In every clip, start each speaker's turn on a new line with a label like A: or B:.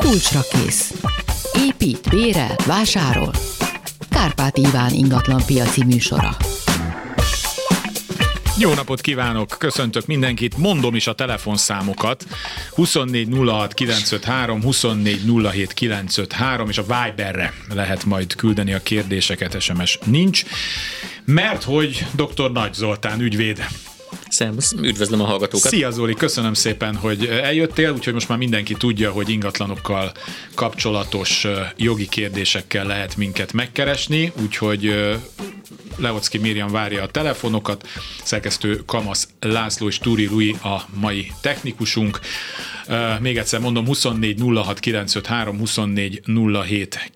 A: Kulcsra kész. Épít, bérel, vásárol. Kárpát Iván ingatlan piaci műsora.
B: Jó napot kívánok, köszöntök mindenkit, mondom is a telefonszámokat, 24 06 953, 24 07 953, és a Viberre lehet majd küldeni a kérdéseket, SMS nincs, mert hogy dr. Nagy Zoltán ügyvéd.
C: Szervusz, üdvözlöm a hallgatókat.
B: Szia Zoli, köszönöm szépen, hogy eljöttél, úgyhogy most már mindenki tudja, hogy ingatlanokkal kapcsolatos jogi kérdésekkel lehet minket megkeresni, úgyhogy Leocki Miriam várja a telefonokat, szerkesztő Kamasz László és Túri Lui a mai technikusunk. Még egyszer mondom, 24 06 953, 24 07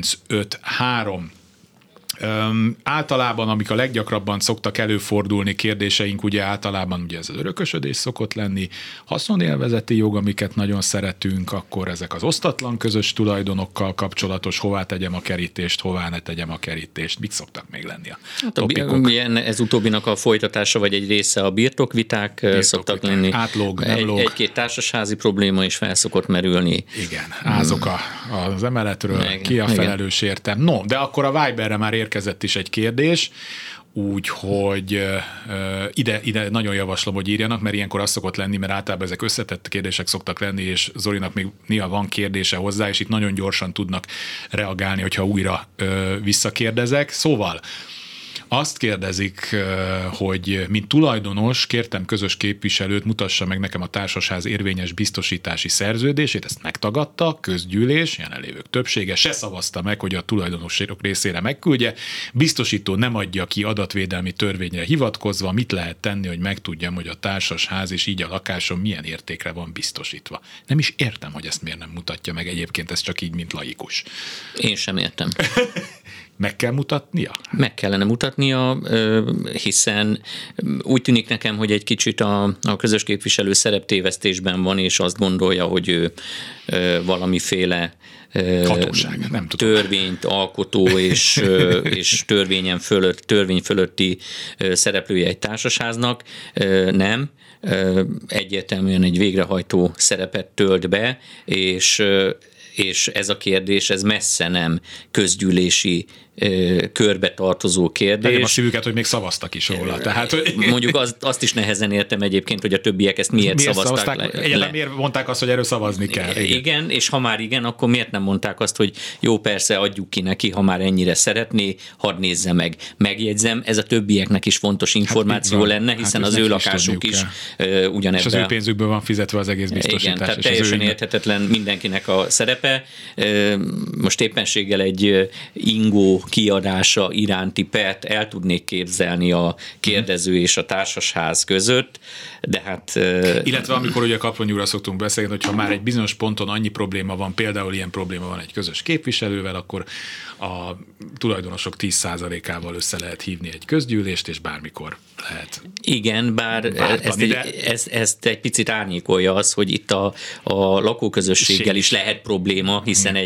B: 953. Általában, amik a leggyakrabban szoktak előfordulni kérdéseink, ugye általában ugye ez az örökösödés szokott lenni, haszonélvezeti jog, amiket nagyon szeretünk, akkor ezek az osztatlan közös tulajdonokkal kapcsolatos, hová tegyem a kerítést, hová ne tegyem a kerítést, mit szoktak még lenni a topikok?
C: Ez utóbbinak a folytatása, vagy egy része a birtokviták szoktak lenni.
B: Átlóg, nem lóg.
C: Egy-két társasházi probléma is fel szokott merülni.
B: Igen, ázok az emeletről, ki a felelős érte. No, de akkor a Viberre már érkezett is egy kérdés, úgyhogy ide nagyon javaslom, hogy írjanak, mert ilyenkor az szokott lenni, mert általában ezek összetett kérdések szoktak lenni, és Zolinak még néha van kérdése hozzá, és itt nagyon gyorsan tudnak reagálni, hogyha újra visszakérdezek. Szóval azt kérdezik, hogy mint tulajdonos kértem közös képviselőt, mutassa meg nekem a társasház érvényes biztosítási szerződését, ezt megtagadta, közgyűlés, jelenlévők többsége se szavazta meg, hogy a tulajdonosok részére megküldje, biztosító nem adja ki adatvédelmi törvényre hivatkozva, mit lehet tenni, hogy megtudjam, hogy a társasház és így a lakásom milyen értékre van biztosítva. Nem is értem, hogy ezt miért nem mutatja meg, egyébként ez csak így, mint laikus.
C: Én sem értem.
B: Meg kell mutatnia?
C: Meg kellene mutatnia, hiszen úgy tűnik nekem, hogy egy kicsit a közös képviselő szereptévesztésben van, és azt gondolja, hogy ő valamiféle
B: hatóság, nem tudom.
C: Törvényt alkotó és törvény fölötti szereplője egy társasháznak. Nem. Egyértelműen egy végrehajtó szerepet tölt be, és ez a kérdés, ez messze nem közgyűlési körbe tartozó kérdés.
B: Legyen a szívüket, hogy még szavaztak is róla. Tehát, hogy...
C: Mondjuk azt is nehezen értem egyébként, hogy a többiek ezt miért szavazták le.
B: Egyáltalán miért mondták azt, hogy erről szavazni kell?
C: Igen, és ha már igen, akkor miért nem mondták azt, hogy jó, persze adjuk ki neki, ha már ennyire szeretné, hadd nézze meg. Megjegyzem, ez a többieknek is fontos információ lenne, hiszen az ő lakásuk is ugyanebben. És
B: az ő pénzükből van fizetve az egész biztosítás.
C: Igen, tehát teljesen érthetetlen mindenkinek a szerepe. Most éppenséggel egy ingó kiadása iránti pert el tudnék képzelni a kérdező és a társasház között, de hát...
B: Illetve amikor ugye kaplonyúra szoktunk beszélni, hogyha már egy bizonyos ponton annyi probléma van, például ilyen probléma van egy közös képviselővel, akkor a tulajdonosok 10%-ával össze lehet hívni egy közgyűlést, és bármikor lehet.
C: Igen, bár ezt egy picit árnyékolja az, hogy itt a lakóközösséggel is lehet probléma, hiszen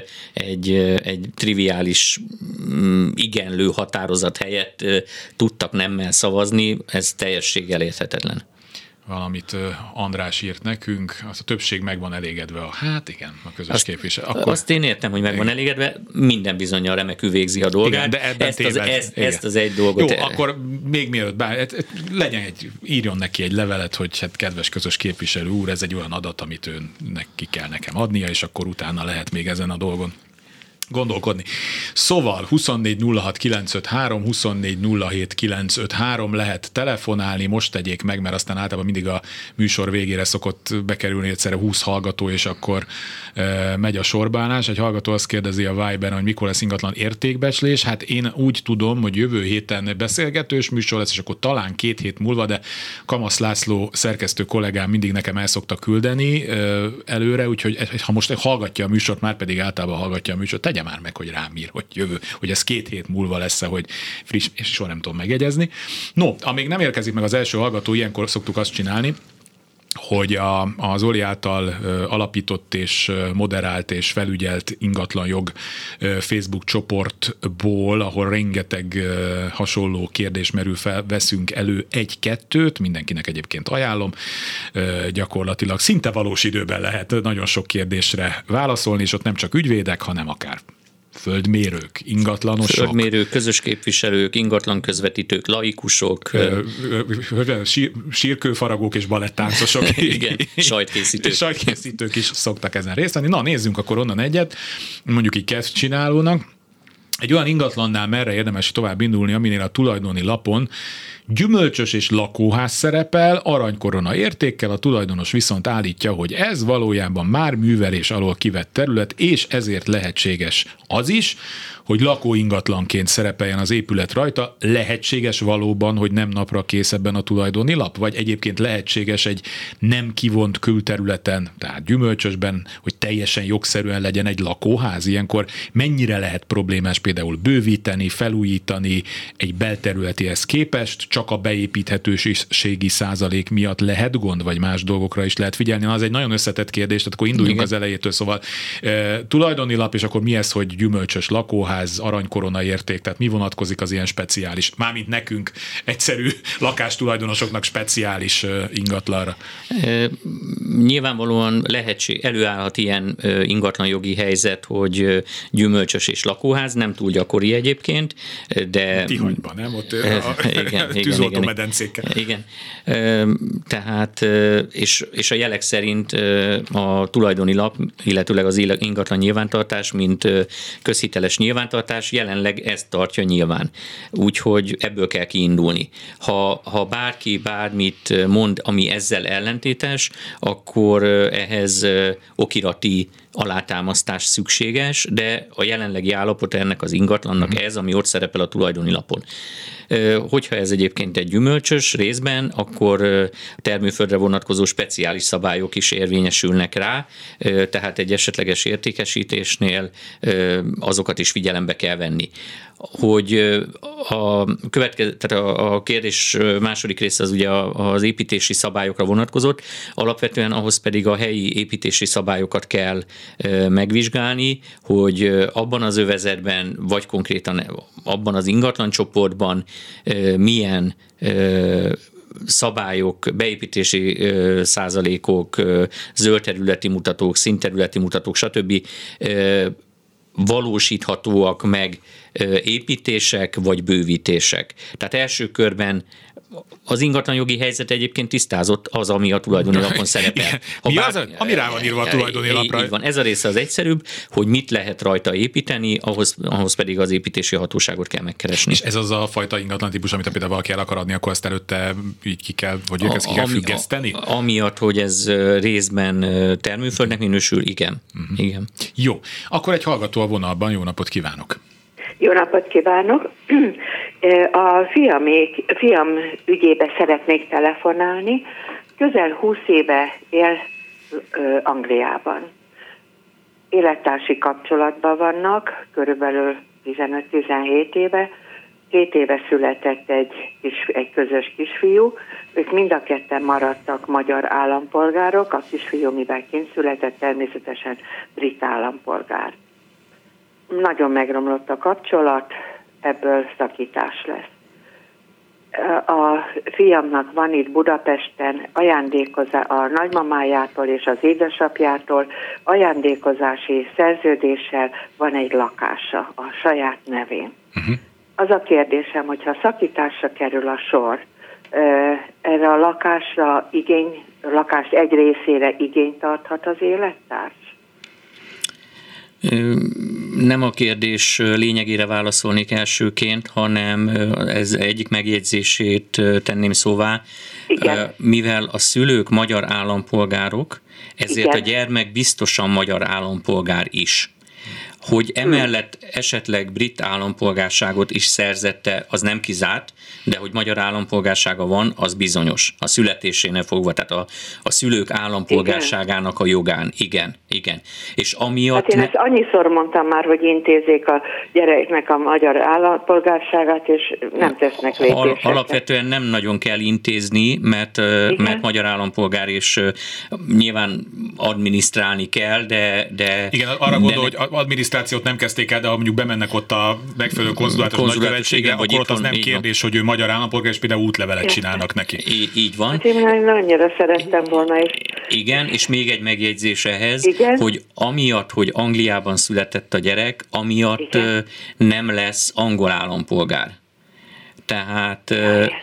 C: egy triviális igenlő határozat helyett tudtak nemmel szavazni, ez teljességgel érthetetlen.
B: Valamit András írt nekünk, az a többség meg van elégedve a közös képviselő. Akkor...
C: Azt én értem, hogy meg van elégedve, minden bizonnyal remekül végzi a dolgát.
B: Igen, de
C: ezt az egy dolgot.
B: Jó, akkor még mielőtt írjon neki egy levelet, hogy hát kedves közös képviselő úr, ez egy olyan adat, amit őnek ki kell nekem adnia, és akkor utána lehet még ezen a dolgon gondolkodni. Szóval 24 06 953, 24 07 953 lehet telefonálni, most tegyék meg, mert aztán általában mindig a műsor végére szokott bekerülni egyszerre 20 hallgató, és akkor megy a sorbálás. Egy hallgató azt kérdezi a Viberen, hogy mikor lesz ingatlan értékbecslés. Hát én úgy tudom, hogy jövő héten beszélgetős műsor lesz, és akkor talán 2 hét múlva, de Kamasz László szerkesztő kollégám mindig nekem el szokta küldeni előre, úgyhogy ha most hallgatja a műsort, már pedig általában hallgatja a műsort, tegye már meg, hogy rám ír, hogy ez 2 hét múlva lesz, hogy friss, és soha nem tudom megjegyezni. No, amíg nem érkezik meg az első hallgató, ilyenkor szoktuk azt csinálni, hogy az Oli által alapított és moderált és felügyelt ingatlanjog Facebook csoportból, ahol rengeteg hasonló kérdés merül fel, veszünk elő 1-2-t, mindenkinek egyébként ajánlom, gyakorlatilag szinte valós időben lehet nagyon sok kérdésre válaszolni, és ott nem csak ügyvédek, hanem akár földmérők, ingatlanosok.
C: Földmérők, közös képviselők, ingatlan közvetítők, laikusok.
B: Sírkőfaragók és balettáncosok.
C: Igen, sajtkészítők.
B: Sajtkészítők is szoktak ezen részt venni. Na, nézzünk akkor onnan egyet, mondjuk így kezdcsinálónak. Egy olyan ingatlannál merre érdemes tovább indulni, aminél a tulajdoni lapon gyümölcsös és lakóház szerepel, aranykorona értékkel, a tulajdonos viszont állítja, hogy ez valójában már művelés alól kivett terület, és ezért lehetséges az is, hogy lakóingatlanként szerepeljen az épület rajta. Lehetséges valóban, hogy nem napra kész ebben a tulajdoni lap? Vagy egyébként lehetséges egy nem kivont külterületen, tehát gyümölcsösben, hogy teljesen jogszerűen legyen egy lakóház? Ilyenkor mennyire lehet problémás például bővíteni, felújítani egy belterületihez képest, csak a beépíthetőségi százalék miatt lehet gond, vagy más dolgokra is lehet figyelni? Na, az egy nagyon összetett kérdés, tehát akkor induljunk az elejétől, szóval tulajdoni lap, és akkor mi ez, hogy gyümölcsös lakóház, aranykorona érték, tehát mi vonatkozik az ilyen speciális, mármint nekünk egyszerű lakástulajdonosoknak speciális ingatlanra?
C: Nyilvánvalóan előállhat ilyen ingatlanjogi helyzet, hogy gyümölcsös és lakóház, nem túl gyakori egyébként, de...
B: Tihanyban, nem? Ott
C: igen,
B: tűzoltómedencékkel.
C: Igen. Tehát, és a jelek szerint a tulajdoni lap, illetőleg az ingatlan nyilvántartás, mint közhiteles nyilvántartás, jelenleg ezt tartja nyilván. Úgyhogy ebből kell kiindulni. Ha bárki bármit mond, ami ezzel ellentétes, akkor ehhez okirati alátámasztás szükséges, de a jelenlegi állapot ennek az ingatlannak ez, ami ott szerepel a tulajdoni lapon. Hogyha ez egyébként egy gyümölcsös részben, akkor a termőföldre vonatkozó speciális szabályok is érvényesülnek rá, tehát egy esetleges értékesítésnél azokat is figyelembe kell venni. Hogy tehát a kérdés második része az ugye az építési szabályokra vonatkozott, alapvetően ahhoz pedig a helyi építési szabályokat kell megvizsgálni, hogy abban az övezetben, vagy konkrétan abban az ingatlancsoportban milyen szabályok, beépítési százalékok, zöldterületi mutatók, színterületi mutatók, stb. Valósíthatóak meg építések vagy bővítések. Tehát első körben az ingatlanjogi helyzet egyébként tisztázott az, ami a tulajdoni lapon szerepel.
B: Ami rá van írva a tulajdoni lapra.
C: Így van, ez a része az egyszerűbb, hogy mit lehet rajta építeni, ahhoz pedig az építési hatóságot kell megkeresni. És
B: ez az a fajta ingatlan típus, amit például valaki el akar adni, akkor ezt előtte így ki kell függeszteni?
C: Amiatt, hogy ez részben termőföldnek minősül, igen. Uh-huh. Igen.
B: Jó, akkor egy hallgató a vonalban, jó napot kívánok!
D: Jó napot kívánok! A fiam ügyébe szeretnék telefonálni. Közel 20 éve él Angliában. Élettársi kapcsolatban vannak, körülbelül 15-17 éve. 2 éve született egy közös kisfiú. Ők mind a ketten maradtak magyar állampolgárok. A kisfiú, mivel kint született, természetesen brit állampolgár. Nagyon megromlott a kapcsolat, ebből szakítás lesz. A fiamnak van itt Budapesten a nagymamájától és az édesapjától ajándékozási szerződéssel van egy lakása a saját nevén. Uh-huh. Az a kérdésem, hogyha szakításra kerül a sor, erre a lakás egy részére igényt tarthat az élettárs?
C: Nem a kérdés lényegére válaszolnék elsőként, hanem ez egyik megjegyzését tenném szóvá. Igen. Mivel a szülők magyar állampolgárok, ezért igen, a gyermek biztosan magyar állampolgár is. Hogy emellett esetleg brit állampolgárságot is szerzette, az nem kizárt, de hogy magyar állampolgársága van, az bizonyos. A születésénél fogva, tehát a szülők állampolgárságának a jogán. Igen. És amiatt...
D: Hát én ezt annyiszor mondtam már, hogy intézzék a gyereknek a magyar állampolgárságát, és nem tesznek lépéseket.
C: Alapvetően nem nagyon kell intézni, mert magyar állampolgár, és nyilván adminisztrálni kell, de
B: igen, arra gondol, hogy adminisztrációt nem kezdték el, de ha mondjuk bemennek ott a megfelelő konzulátus nagykövetségre, akkor ott az nem kérdés, hogy ő magyar állampolgár, és például útlevelet csinálnak neki.
C: Így van.
D: Hát én annyira szerettem volna is.
C: Igen, és még egy megjegyzés ehhez, hogy amiatt, hogy Angliában született a gyerek, amiatt nem lesz angol állampolgár. Tehát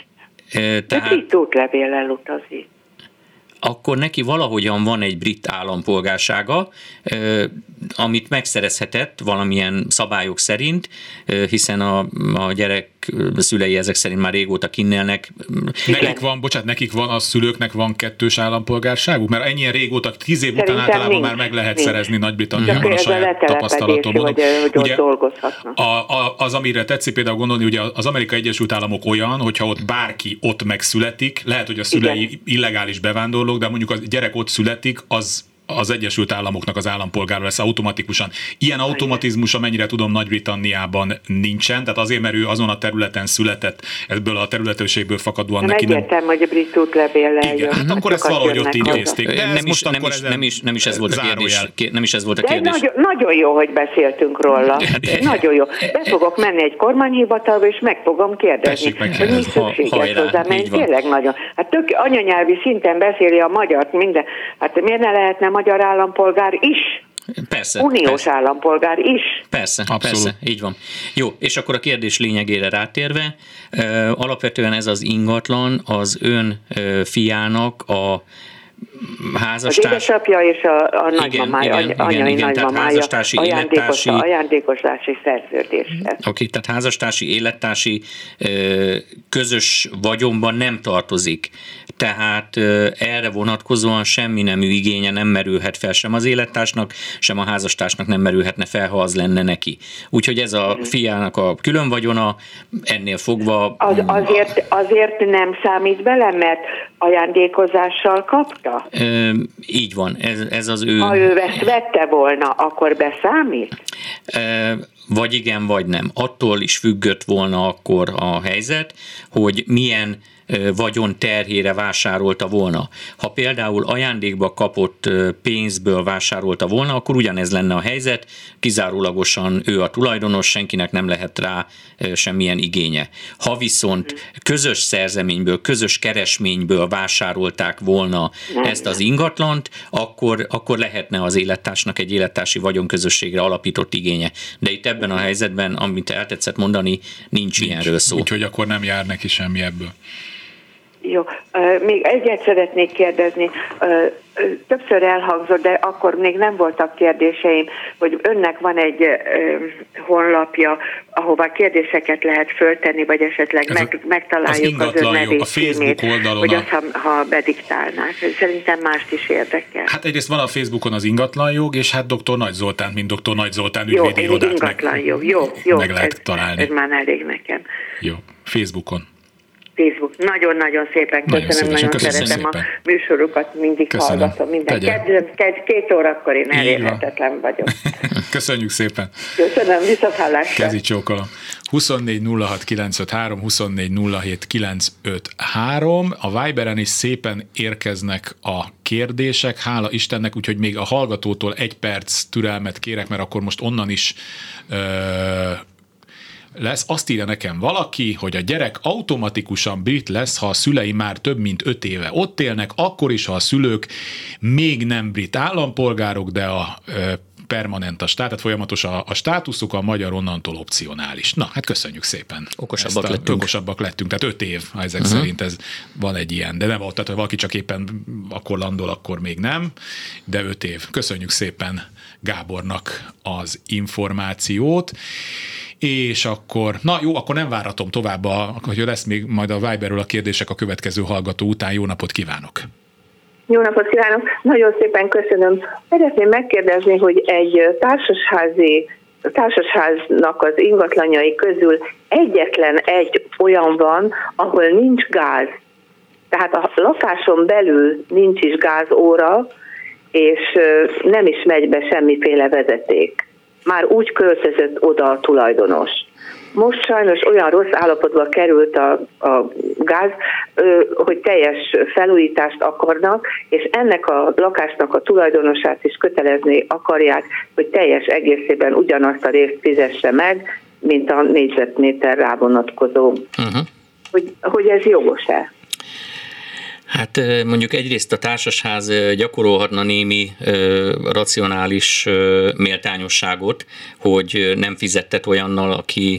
D: brit útlevéllel utazik.
C: Akkor neki valahogyan van egy brit állampolgársága, amit megszerezhetett valamilyen szabályok szerint, hiszen a gyerek szülei ezek szerint már régóta kinnélnek.
B: Nekik van, a szülőknek van kettős állampolgárságuk? Mert ennyien régóta, 10 év után általában már meg lehet szerezni Nagy-Britanniában a saját tapasztalatomon.
D: Ugye, dolgozhatnak.
B: Az, amire tetszik például gondolni, ugye az Amerikai Egyesült Államok olyan, hogyha ott bárki ott megszületik, lehet, hogy a szülei illegális bevándorlók, de mondjuk a gyerek ott születik, az Egyesült Államoknak az állampolgára lesz automatikusan. Ilyen automatizmus, amennyire tudom, Nagy-Britanniában nincsen, tehát azért, mert ő azon a területen született, ebből a területőségből fakadóan neki nem...
D: Egyértelmű, hogy a brit útlevéllel
B: jön. Hát akkor ezt valahogy ott intézték.
C: Nem is ez volt a kérdés. Nem is ez volt a kérdés.
D: Nagyon jó, hogy beszéltünk róla. Nagyon jó. Be fogok menni egy kormányhivatalba, és meg fogom kérdezni, hogy mi szükséges hozzá, mert tényleg nagyon. Hát tök anyanyelvi szinten beszéli a magyart minden. Hát miért ne lehetne magyar állampolgár is?
C: Persze.
D: Uniós állampolgár is.
C: Persze, így van. Jó, és akkor a kérdés lényegére rátérve, alapvetően ez az ingatlan az ön fiának a házastárs...
D: Az édesapja és a nagymamája, anyai nagymamája ajándékozási szerződéssel.
C: Oké, tehát házastársi, élettársi közös vagyonban nem tartozik. Tehát erre vonatkozóan semmi nemű igénye nem merülhet fel sem az élettársnak, sem a házastársnak nem merülhetne fel, ha az lenne neki. Úgyhogy ez a fiának a külön vagyona, ennél fogva...
D: Azért nem számít bele, mert ajándékozással kapta?
C: Így van, ez az ő...
D: Ha ő ezt vette volna, akkor beszámít?
C: Vagy igen, vagy nem. Attól is függött volna akkor a helyzet, hogy milyen vagyon terhére vásárolta volna. Ha például ajándékba kapott pénzből vásárolta volna, akkor ugyanez lenne a helyzet, kizárólagosan ő a tulajdonos, senkinek nem lehet rá semmilyen igénye. Ha viszont közös szerzeményből, közös keresményből vásárolták volna ezt az ingatlant, akkor lehetne az élettársnak egy élettársi vagyonközösségre alapított igénye. De itt ebben a helyzetben, amit el tetszett mondani, nincs ilyenről szó.
B: Úgyhogy akkor nem jár neki semmi ebből.
D: Jó, még egyet szeretnék kérdezni, többször elhangzott, de akkor még nem voltak kérdéseim, hogy önnek van egy honlapja, ahová kérdéseket lehet föltenni, vagy esetleg megtaláljuk az ön nevét,
B: a Facebook oldalon.
D: Hogy azt, ha bediktálnák. Szerintem mást is érdekel.
B: Hát egyrészt van a Facebookon az ingatlanjog, és hát dr. Nagy Zoltán, mint dr. Nagy Zoltán ügyvédi irodát meg lehet találni.
D: Ez már elég nekem.
B: Jó, Facebookon.
D: Facebook. Nagyon-nagyon szépen köszönöm, nagyon szeretem a műsorokat, mindig hallgatom. Minden kedvem, 2 órakor én elérhetetlen vagyok.
B: Köszönjük szépen.
D: Köszönöm, viszonthallásra.
B: Kezi csókolom. 24 06 953, 24 07 953. A Viberen is szépen érkeznek a kérdések, hála Istennek, úgyhogy még a hallgatótól 1 perc türelmet kérek, mert akkor most onnan is lesz. Azt írja nekem valaki, hogy a gyerek automatikusan brit lesz, ha a szülei már több mint 5 éve ott élnek, akkor is, ha a szülők még nem brit állampolgárok, de a permanent a tehát folyamatos a státuszuk, a magyar onnantól opcionális. Na, hát köszönjük szépen. Okosabbak lettünk. Tehát 5 év, ezek szerint ez van egy ilyen, de nem volt, tehát ha valaki csak éppen akkor landol, akkor még nem, de 5 év. Köszönjük szépen Gábornak az információt. És akkor, na jó, akkor nem várhatom tovább, hogy lesz még majd a Viberről a kérdések a következő hallgató után. Jó napot kívánok!
E: Jó napot kívánok! Nagyon szépen köszönöm. Szeretném megkérdezni, hogy egy társasházi
D: társasháznak az ingatlanjai közül egyetlen egy olyan van, ahol nincs gáz. Tehát a lakáson belül nincs is gázóra, és nem is megy be semmiféle vezeték. Már úgy költözött oda a tulajdonos. Most sajnos olyan rossz állapotba került a gáz, hogy teljes felújítást akarnak, és ennek a lakásnak a tulajdonosát is kötelezni akarják, hogy teljes egészében ugyanazt a részt fizesse meg, mint a négyzetméter rávonatkozó. Hogy ez jogos-e?
C: Hát mondjuk egyrészt a társasház gyakorolhatna némi racionális méltányosságot, hogy nem fizettet olyannal,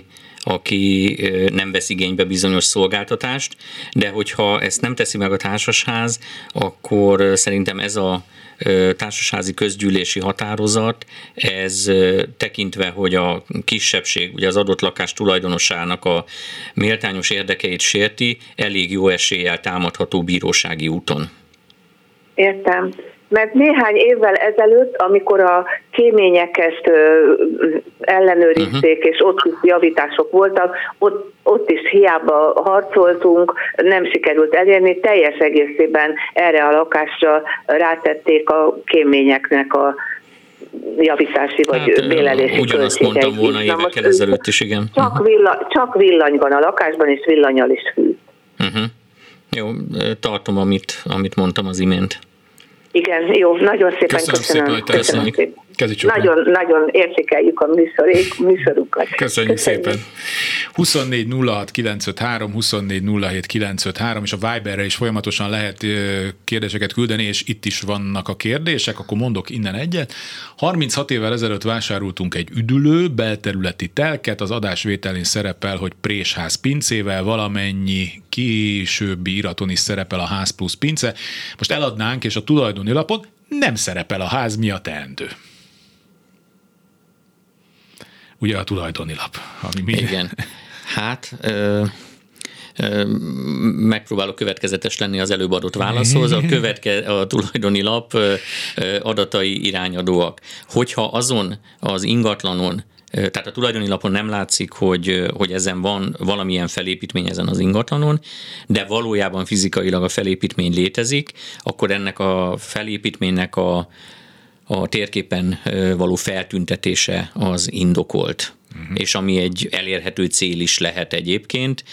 C: aki nem vesz igénybe bizonyos szolgáltatást, de hogyha ezt nem teszi meg a társasház, akkor szerintem ez a társasházi közgyűlési határozat, ez tekintve, hogy a kisebbség, ugye az adott lakás tulajdonosának a méltányos érdekeit sérti, elég jó eséllyel támadható bírósági úton.
D: Értem. Mert néhány évvel ezelőtt, amikor a kéményeket ellenőrizték, és ott is javítások voltak, ott is hiába harcoltunk, nem sikerült elérni, teljes egészében erre a lakásra rátették a kéményeknek a javítási vagy bélelési költségeit.
C: Ugyanazt mondtam volna évekkel ezelőtt is, igen.
D: Csak villany van a lakásban, és villannyal is fűt.
C: Jó, tartom, amit mondtam az imént.
D: Igen, jó, nagyon szépen köszönöm. Nagyon értékeljük a műsorukat.
B: Köszönjük szépen. 24 06 953, 24 07 953, és a Viberre is folyamatosan lehet kérdéseket küldeni, és itt is vannak a kérdések, akkor mondok innen egyet. 36 évvel ezelőtt vásároltunk egy üdülő, belterületi telket, az adásvételén szerepel, hogy présház pincével, valamennyi későbbi iraton is szerepel a ház plusz pince. Most eladnánk, és a tulajdoni lapon nem szerepel a ház, mi a teendő? Ugye a tulajdoni lap.
C: Igen. Hát megpróbálok következetes lenni az előbb adott válaszhoz. A tulajdoni lap adatai irányadóak. Hogyha azon az ingatlanon, tehát a tulajdoni lapon nem látszik, hogy ezen van valamilyen felépítmény ezen az ingatlanon, de valójában fizikailag a felépítmény létezik, akkor ennek a felépítménynek a térképen való feltüntetése az indokolt. És ami egy elérhető cél is lehet egyébként,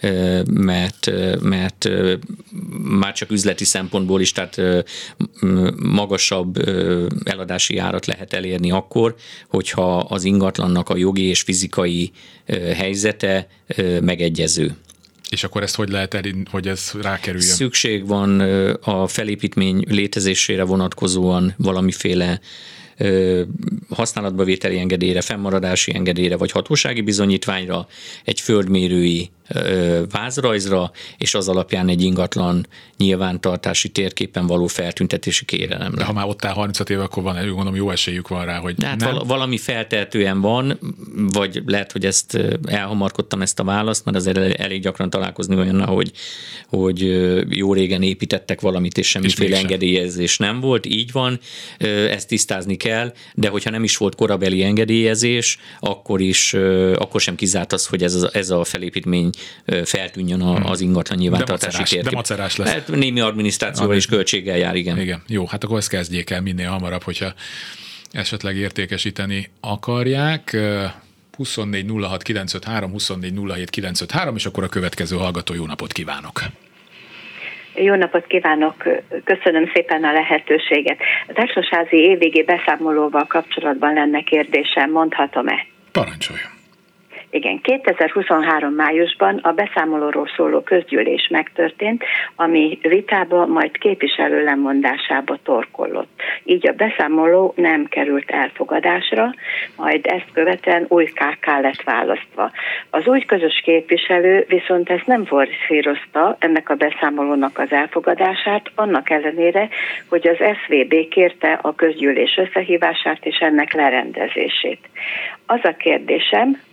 C: mert már csak üzleti szempontból is, tehát magasabb eladási árat lehet elérni akkor, hogyha az ingatlannak a jogi és fizikai helyzete megegyező.
B: És akkor ezt hogy lehet elérni, hogy ez rákerüljön?
C: Szükség van a felépítmény létezésére vonatkozóan valamiféle használatba vételi engedélyre, fennmaradási engedélyre vagy hatósági bizonyítványra, egy földmérői vázrajzra, és az alapján egy ingatlan nyilvántartási térképen való feltüntetési kérelemre.
B: De ha már ott áll 35 éve, akkor van, gondolom, jó esélyük van rá, hogy
C: hát valami feltehetően van, vagy lehet, hogy ezt elhamarkodtam ezt a választ, mert azért elég gyakran találkozni olyannal, hogy jó régen építettek valamit, és semmiféle engedélyezés nem volt, így van, ezt tisztázni kell, de hogyha nem is volt korabeli engedélyezés, akkor sem kizárt az, hogy ez a felépítmény feltűnjön az ingatlan nyilvántartási térkép.
B: De macerás lesz.
C: Hát némi adminisztrációval és költséggel jár, igen.
B: Igen, jó, hát akkor ezt kezdjék el minél hamarabb, hogyha esetleg értékesíteni akarják. 24 06 953, 24 07 953, és akkor a következő hallgató, jó napot kívánok!
E: Jó napot kívánok, köszönöm szépen a lehetőséget. A társasházi évvégi beszámolóval kapcsolatban lenne kérdésem, mondhatom-e?
B: Parancsoljon!
E: Igen, 2023 májusban a beszámolóról szóló közgyűlés megtörtént, ami vitába, majd képviselő lemondásába torkollott. Így a beszámoló nem került elfogadásra, majd ezt követően új KK lett választva. Az új közös képviselő viszont ezt nem forszírozta, ennek a beszámolónak az elfogadását, annak ellenére, hogy az SVB kérte a közgyűlés összehívását és ennek lerendezését. Az a kérdésem, hogy az új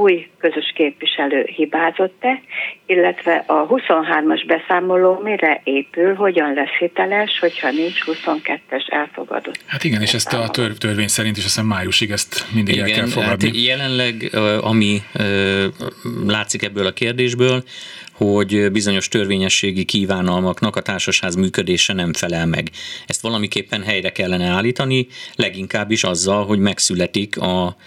E: új közös képviselő hibázott-e, illetve a 23-as beszámoló mire épül, hogyan lesz hiteles, hogyha nincs 22-es elfogadott.
B: Hát igen, és ezt a törvény szerint is azt hiszem májusig ezt mindig el kell fogadni.
C: Hát jelenleg, ami látszik ebből a kérdésből, hogy bizonyos törvényességi kívánalmaknak a társasház működése nem felel meg. Ezt valamiképpen helyre kellene állítani, leginkább is azzal, hogy megszületik a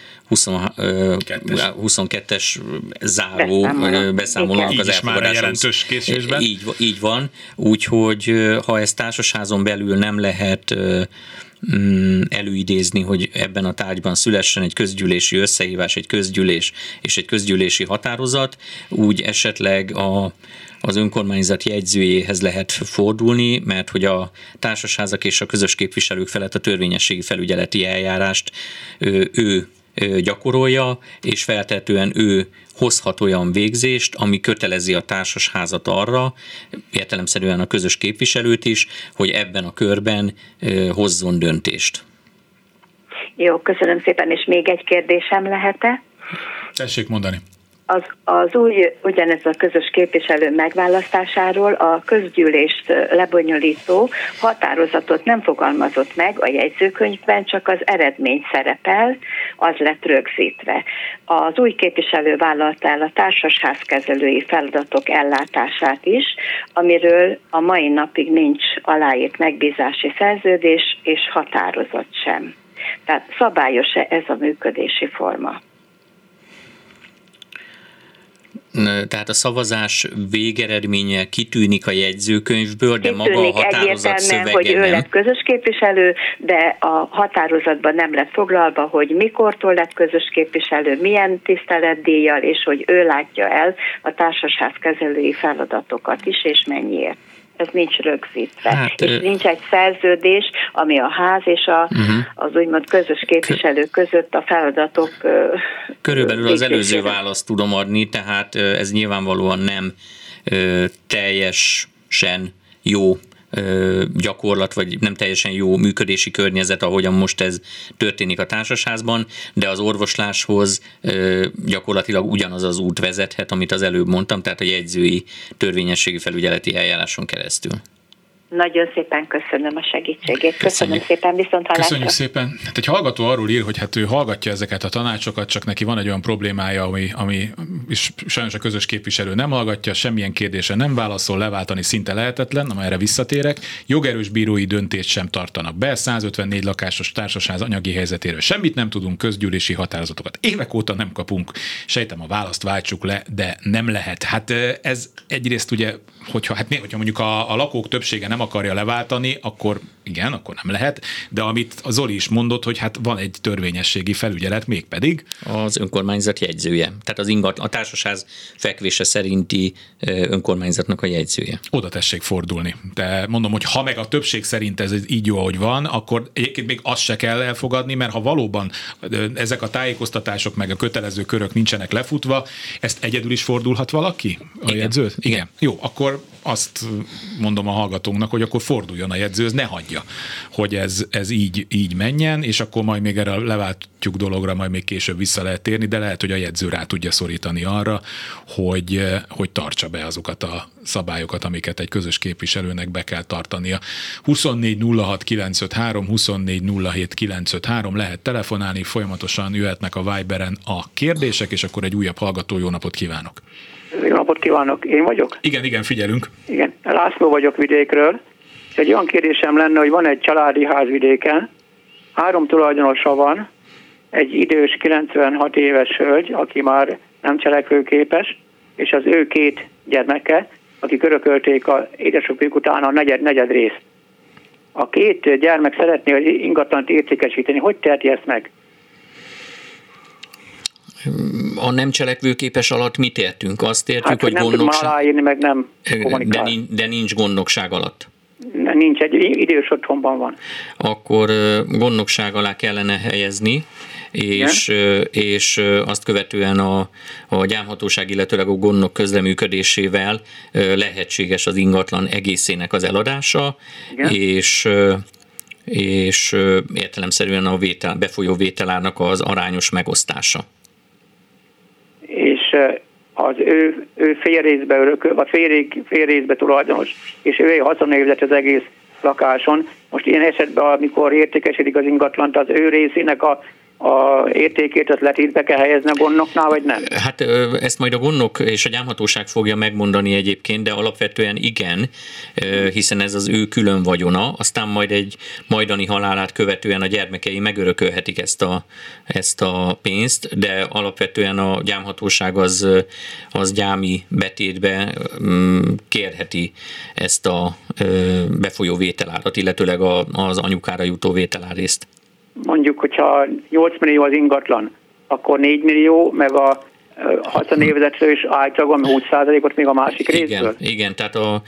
C: 22-es záró beszámolónak az elfogadása. Így van, úgyhogy ha ezt társasházon belül nem lehet előidézni, hogy ebben a tárgyban szülessen egy közgyűlési összehívás, egy közgyűlés és egy közgyűlési határozat, úgy esetleg az önkormányzat jegyzőjéhez lehet fordulni, mert hogy a társasházak és a közös képviselők felett a törvényességi felügyeleti eljárást ő gyakorolja, és feltehetően ő hozhat olyan végzést, ami kötelezi a társasházat arra, értelemszerűen a közös képviselőt is, hogy ebben a körben hozzon döntést.
E: Jó, köszönöm szépen, és még egy kérdésem lehet-e?
B: Tessék mondani.
E: Az új, ugyanez a közös képviselő megválasztásáról a közgyűlést lebonyolító határozatot nem fogalmazott meg a jegyzőkönyvben, csak az eredmény szerepel, az lett rögzítve. Az új képviselő vállalta el a társasház kezelői feladatok ellátását is, amiről a mai napig nincs aláírt megbízási szerződés és határozat sem. Tehát szabályos-e ez a működési forma?
C: Tehát a szavazás végeredménye kitűnik a jegyzőkönyvből, de maga a határozat szövege
E: hogy ő
C: nem.
E: lett közös képviselő, de a határozatban nem lett foglalva, hogy mikortól lett közös képviselő, milyen tiszteletdíjjal, és hogy ő látja el a társasház kezelői feladatokat is, és mennyiért. Ez nincs rögzítve. És nincs egy szerződés, ami a ház és az úgymond közös képviselő között a feladatok...
C: Körülbelül az előző választ tudom adni, tehát ez nyilvánvalóan nem teljesen jó gyakorlat, vagy nem teljesen jó működési környezet, ahogyan most ez történik a társasházban, de az orvosláshoz gyakorlatilag ugyanaz az út vezethet, amit az előbb mondtam, tehát a jegyzői törvényességi felügyeleti eljáráson keresztül.
E: Nagyon szépen köszönöm a segítségét. Köszönöm szépen, viszonthallásra.
B: Köszönjük szépen. Hát egy hallgató arról ír, hogy hát ő hallgatja ezeket a tanácsokat, csak neki van egy olyan problémája, ami és sajnos a közös képviselő nem hallgatja, semmilyen kérdésre nem válaszol, leváltani szinte lehetetlen, erre visszatérek. Jogerős bírói döntést sem tartanak be, 154 lakásos társasház anyagi helyzetéről semmit nem tudunk, közgyűlési határozatokat évek óta nem kapunk. Sejtem, a választ váltsuk le, de nem lehet. Hát ez egyrészt ugye, hogyha mondjuk a lakók többsége nem akarja leváltani, akkor igen, akkor nem lehet, de amit a Zoli is mondott, hogy hát van egy törvényességi felügyelet, mégpedig
C: az önkormányzat jegyzője. Tehát a társasház fekvése szerinti önkormányzatnak a jegyzője.
B: Oda tessék fordulni. De mondom, hogy ha meg a többség szerint ez így jó, ahogy van, akkor egyébként még azt se kell elfogadni, mert ha valóban ezek a tájékoztatások meg a kötelező körök nincsenek lefutva, ezt egyedül is fordulhat valaki? A jegyző? Igen. Jó, akkor azt mondom a hallgatónknak, hogy akkor forduljon a jegyzőhöz, ne hagyja, hogy ez így menjen, és akkor majd még erre a leváltjuk dologra majd még később vissza lehet térni, de lehet, hogy a jegyző rá tudja szorítani arra, hogy tartsa be azokat a szabályokat, amiket egy közös képviselőnek be kell tartania. 24 06 953, 24 07 953 lehet telefonálni, folyamatosan jöhetnek a Viberen a kérdések, és akkor egy újabb hallgató, jó napot kívánok!
F: Jó napot kívánok, én vagyok?
B: Igen, figyelünk.
F: Igen, László vagyok vidékről, és egy olyan kérdésem lenne, hogy van egy családi ház vidéken, 3 tulajdonosa van, egy idős 96 éves hölgy, aki már nem cselekvőképes, és az ő 2 gyermeke, akik örökölték az édesapjuk után a negyed részt. A 2 gyermek szeretné az ingatlant értékesíteni, hogy teheti ezt meg?
C: A nem cselekvőképes alatt mit értünk? Azt értjük,
F: hát,
C: hogy
F: nem
C: gondnokság...
F: tudom aláírni, meg nem kommunikál.
C: De nincs gondnokság alatt.
F: Nincs, egy idős otthonban van.
C: Akkor gondnokság alá kellene helyezni, és azt követően a gyámhatóság, illetőleg a gondnok közreműködésével lehetséges az ingatlan egészének az eladása, és értelemszerűen a befolyó vételárnak az arányos megosztása.
F: és az ő félrészbe örököl, vagy félrészbe tulajdonos, és ő haszonélvezet az egész lakáson. Most ilyen esetben, amikor értékesítik az ingatlant, az ő részének a értékét azt letétbe kell helyezni a gondnoknál, vagy nem?
C: Hát ezt majd a gondnok és a gyámhatóság fogja megmondani egyébként, de alapvetően igen, hiszen ez az ő külön vagyona, aztán majd egy majdani halálát követően a gyermekei megörökölhetik ezt a pénzt, de alapvetően a gyámhatóság az gyámi betétbe kérheti ezt a befolyó vételárat, illetőleg az anyukára jutó vételárészt.
F: Mondjuk, hogyha 8 millió az ingatlan, akkor 4 millió, meg a haszonélvezetről is általában 20%-ot még a másik részből.
C: Igen, tehát a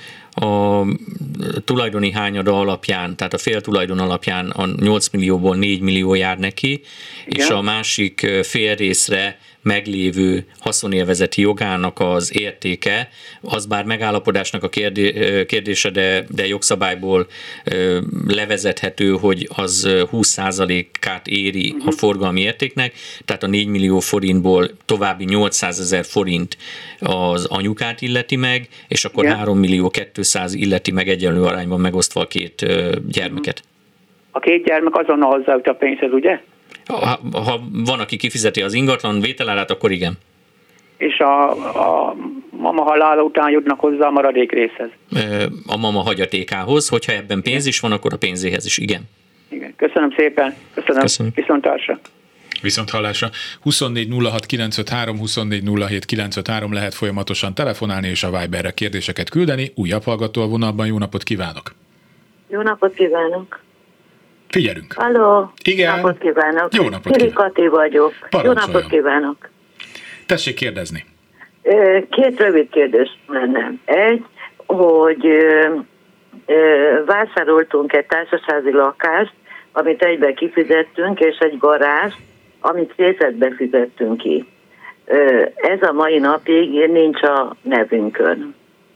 C: tulajdoni hányada alapján, tehát a féltulajdon alapján a 8 millióból 4 millió jár neki, igen. És a másik fél részre meglévő haszonélvezeti jogának az értéke, az bár megállapodásnak a kérdése, de jogszabályból levezethető, hogy az 20%-át éri a forgalmi értéknek, tehát a 4 millió forintból további 800 000 forint az anyukát illeti meg, és akkor 3 millió 200 illeti meg egyenlő arányban megosztva a két gyermeket.
F: A két gyermek azonnal hozzájut a pénzhez, ugye?
C: Ha van, aki kifizeti az ingatlan vételárát, akkor igen.
F: És a mama halála után jutnak hozzá a maradék részhez?
C: A mama hagyatékához, hogyha ebben pénz is van, akkor a pénzéhez is, igen.
F: Igen. Köszönöm szépen. Köszönöm. Viszontlátásra.
B: Viszonthallásra. 24 06 953, 24 07 953 lehet folyamatosan telefonálni és a Viberre kérdéseket küldeni. Újabb hallgató a vonalban, jó napot kívánok!
G: Jó napot kívánok!
B: Figyelünk!
G: Halló!
B: Igen!
G: Napot kívánok!
B: Jó napot
G: kívánok! Kati vagyok.
B: Parancsoljon.
G: Jó napot kívánok!
B: Tessék kérdezni!
G: Két rövid kérdés lenne. Egy, hogy vásároltunk egy társasházi lakást, amit egyben kifizettünk, és egy garást, amit részletbe fizettünk ki. Ez a mai napig nincs a nevünkön.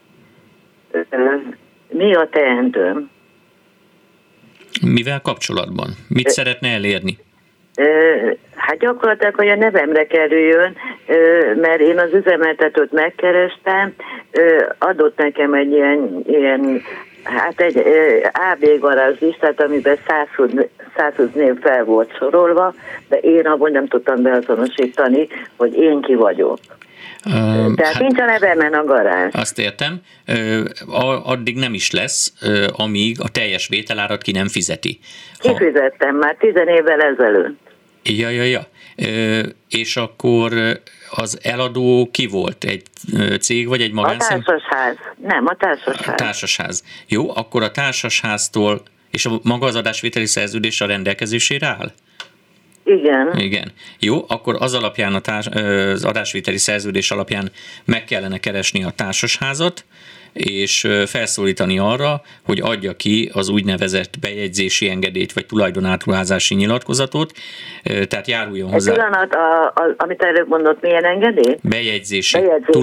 G: Mi a teendőm?
C: Mivel kapcsolatban? Mit szeretne elérni?
G: Hát gyakorlatilag, hogy a nevemre kerüljön, mert én az üzemeltetőt megkerestem, adott nekem egy ilyen hát egy AB garázs listát, amiben 120 név fel volt sorolva, de én abból nem tudtam beazonosítani, hogy én ki vagyok. Tehát nincs a nevemen a garázs.
C: Azt értem. Addig nem is lesz, amíg a teljes vételárat ki nem fizeti.
G: Kifizettem már 10 évvel ezelőtt.
C: Ja. És akkor az eladó ki volt? Egy cég vagy egy magánszemély?
G: A társasház. Nem, a társasház.
C: A társasház. Jó, akkor a társasháztól, és maga az adásvételi szerződés a rendelkezésére áll?
G: Igen.
C: Jó, akkor az alapján, az adásvételi szerződés alapján meg kellene keresni a társasházat, és felszólítani arra, hogy adja ki az úgynevezett bejegyzési engedélyt, vagy tulajdonátruházási nyilatkozatot, tehát járuljon hozzá.
G: Egy pillanat, amit előbb mondott, milyen engedély?
C: Bejegyzési.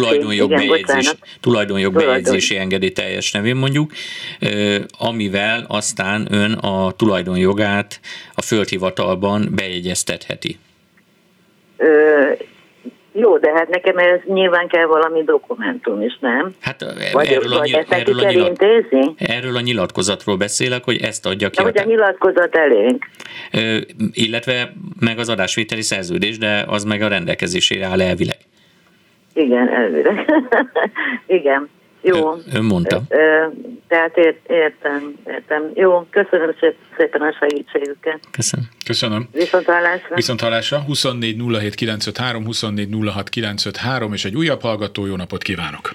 C: Tulajdonjogbejegyzési engedély teljes nevén mondjuk, amivel aztán ön a tulajdonjogát a földhivatalban bejegyeztetheti.
G: Jó, de hát nekem ez nyilván kell valami dokumentum is, nem?
C: Hát
G: erről
C: a nyilatkozatról beszélek, hogy ezt adja ki.
G: De hogy a nyilatkozat elég.
C: Illetve meg az adásvételi szerződés, de az meg a rendelkezésére áll elvileg.
G: Igen, elvileg. Igen. Jó.
C: Ön mondta.
G: Tehát értem. Jó, köszönöm szépen a segítségüket.
B: Köszönöm. Viszonthallásra. 24 07 953, 24 06 953, és egy újabb hallgató, jó napot kívánok.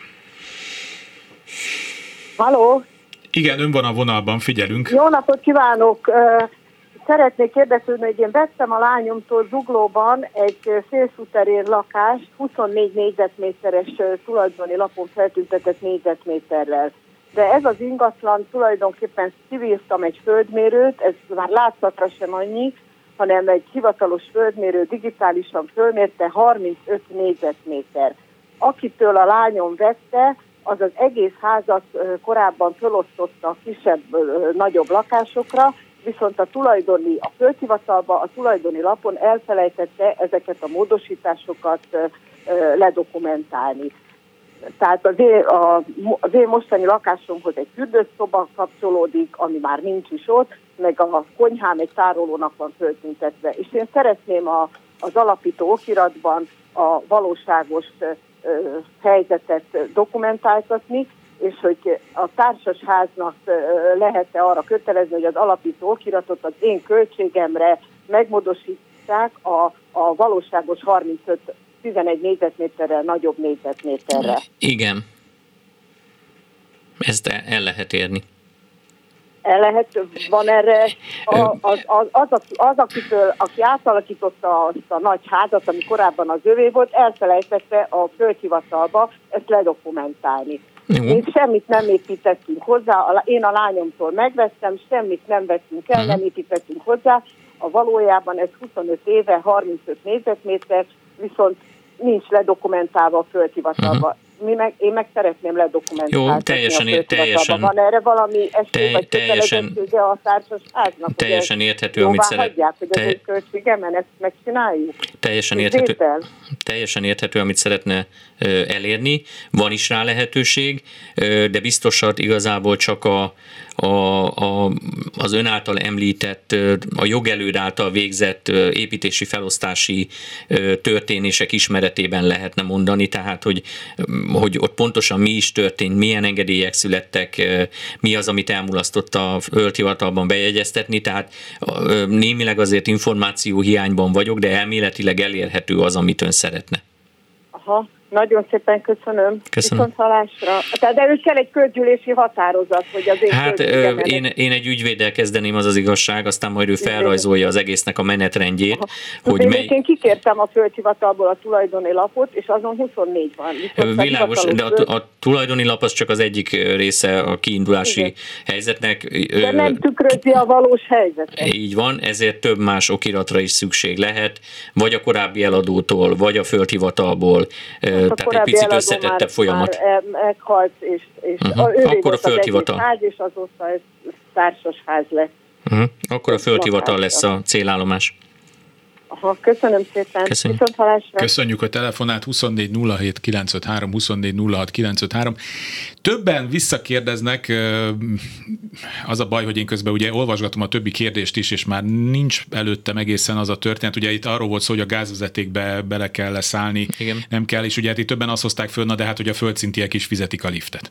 H: Halló?
B: Igen, ön van a vonalban, figyelünk.
H: Jó napot kívánok! Szeretnék kérdezni, hogy én vettem a lányomtól Zuglóban egy félszúterér lakást, 24 négyzetméteres tulajdoni lapon feltüntetett négyzetméterrel. De ez az ingatlan tulajdonképpen kivívtam egy földmérőt, ez már látszatra sem annyi, hanem egy hivatalos földmérő digitálisan fölmérte 35 négyzetméter. Akitől a lányom vette, az az egész házat korábban fölosztotta kisebb, nagyobb lakásokra, viszont a földhivatalba, a tulajdoni lapon elfelejtette ezeket a módosításokat ledokumentálni. Tehát az én mostani lakásomhoz egy fürdőszoba kapcsolódik, ami már nincs is ott, meg a konyhám egy tárolónak van föltüntetve. És én szeretném az alapító okiratban a valóságos helyzetet dokumentáltatni, és hogy a társasháznak lehet-e arra kötelezni, hogy az alapító okiratot az én költségemre megmódosítsák a valóságos 11 négyzetméterrel nagyobb négyzetméterre.
C: Igen. Ezt el lehet érni.
H: El lehet, van erre aki átalakította azt a nagy házat, ami korábban az övé volt, elfelejtette a földhivatalba ezt ledokumentálni. Még semmit nem építettünk hozzá, én a lányomtól megvettem, semmit nem vettünk el, nem építettünk hozzá, valójában ez 25 éve, 35 négyzetméter, viszont nincs ledokumentálva a földhivatalba. Én meg szeretném ledokumentálni.
C: Jó, teljesen.
H: Van erre valami esély, vagy kötelezettsége a társasháznak?
C: Teljesen érthető, amit
H: hagyják, hogy az ő költségemen ezt megcsináljuk?
C: Teljesen érthető, amit szeretne elérni. Van is rá lehetőség, de biztosat igazából csak az ön által említett, a jogelőd által végzett építési felosztási történések ismeretében lehetne mondani, tehát hogy ott pontosan mi is történt, milyen engedélyek születtek, mi az, amit elmulasztott a földhivatalban bejegyeztetni, tehát némileg azért információ hiányban vagyok, de elméletileg elérhető az, amit ön szeretne.
H: Aha. Nagyon szépen köszönöm. Viszonthallásra. De ő kell egy közgyűlési határozat, hogy az
C: én egy ügyvéddel kezdeném, az igazság, aztán majd ő felrajzolja az egésznek a menetrendjét.
H: Én kikértem a földhivatalból a tulajdoni lapot, és azon 24 van.
C: Világos, de a tulajdoni lap az csak az egyik része a kiindulási helyzetnek.
H: De nem tükrözi a valós helyzetet.
C: Így van, ezért több más okiratra is szükség lehet, vagy a korábbi eladótól, vagy a földhivatalból. Tehát egy picit összetettebb folyamat.
H: Már meghalt, és
C: akkor a földhivatal.
H: Ház, és azóta ez társasház lett.
C: Akkor a földhivatal lesz a célállomás.
H: Aha, köszönöm szépen. Viszonthallásra.
B: Köszönjük, hogy telefonált. 24 07 953, 24 06 953. Többen visszakérdeznek, az a baj, hogy én közben ugye olvasgatom a többi kérdést is, és már nincs előttem egészen az a történet. Ugye itt arról volt szó, hogy a gázvezetékbe bele kell leszállni, igen. Nem kell, és ugye itt többen azt hozták föl, de hát hogy a földszintiek is fizetik a liftet.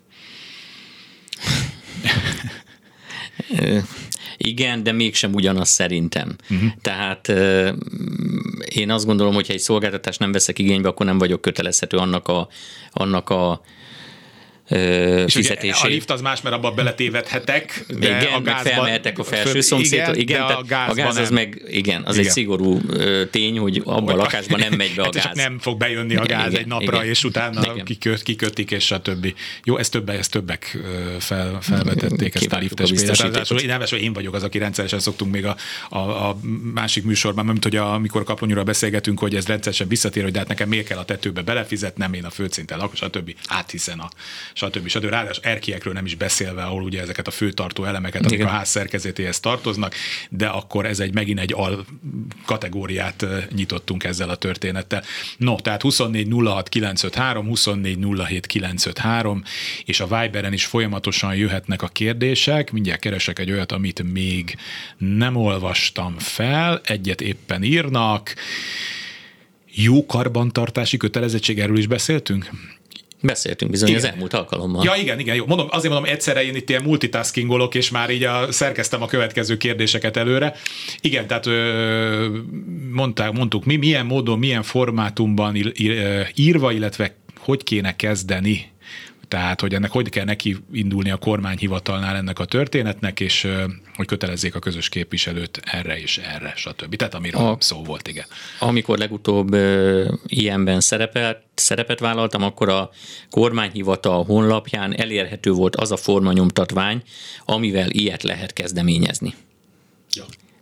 C: Igen, de mégsem ugyanaz szerintem. Tehát én azt gondolom, hogy ha egy szolgáltatást nem veszek igénybe, akkor nem vagyok kötelezhető annak a fizetését.
B: A lift az más, mert abban beletévedhetek, de
C: igen,
B: a gázban...
C: felmehetek a felső szomszédtól. Igen,
B: a gáz
C: az meg, az egy szigorú tény, hogy abban a lakásban nem megy be a gáz.
B: Csak nem fog bejönni a gáz egy napra, és utána kikötik, és a többi. Jó, ezt többek felvetették, ezt a liftes példát. Én vagyok az, aki rendszeresen szoktunk még a másik műsorban, mint hogy amikor Kaplonyúról beszélgetünk, hogy ez rendszeresen visszatér, hogy de hát nekem miért kell a tetőbe belefizetnem, én a földszinten lakos, stb. Áthiszen stb. Ráadásul erkélyekről nem is beszélve, ahol ugye ezeket a főtartó elemeket, amik a ház szerkezetéhez tartoznak, de akkor ez megint egy al kategóriát nyitottunk ezzel a történettel. No, tehát 24 06 953, 24 07 953, és a Viberen is folyamatosan jöhetnek a kérdések. Mindjárt keresek egy olyat, amit még nem olvastam fel, egyet éppen írnak. Jó karbantartási kötelezettség, erről is beszéltünk?
C: Beszéltünk bizony, igen. Az elmúlt alkalommal.
B: Ja, igen. Jó. Azért mondom, egyszerre én itt ilyen multitaskingolok, és már így szerkeztem a következő kérdéseket előre. Igen, tehát mondtuk, milyen módon, milyen formátumban írva, illetve hogy kéne kezdeni, tehát hogy ennek hogy kell neki indulni a kormányhivatalnál ennek a történetnek, és hogy kötelezzék a közös képviselőt erre és erre, stb. Tehát amiről szó volt, igen.
C: Amikor legutóbb ilyenben szerepet vállaltam, akkor a kormányhivatal honlapján elérhető volt az a formanyomtatvány, amivel ilyet lehet kezdeményezni.
B: Ja.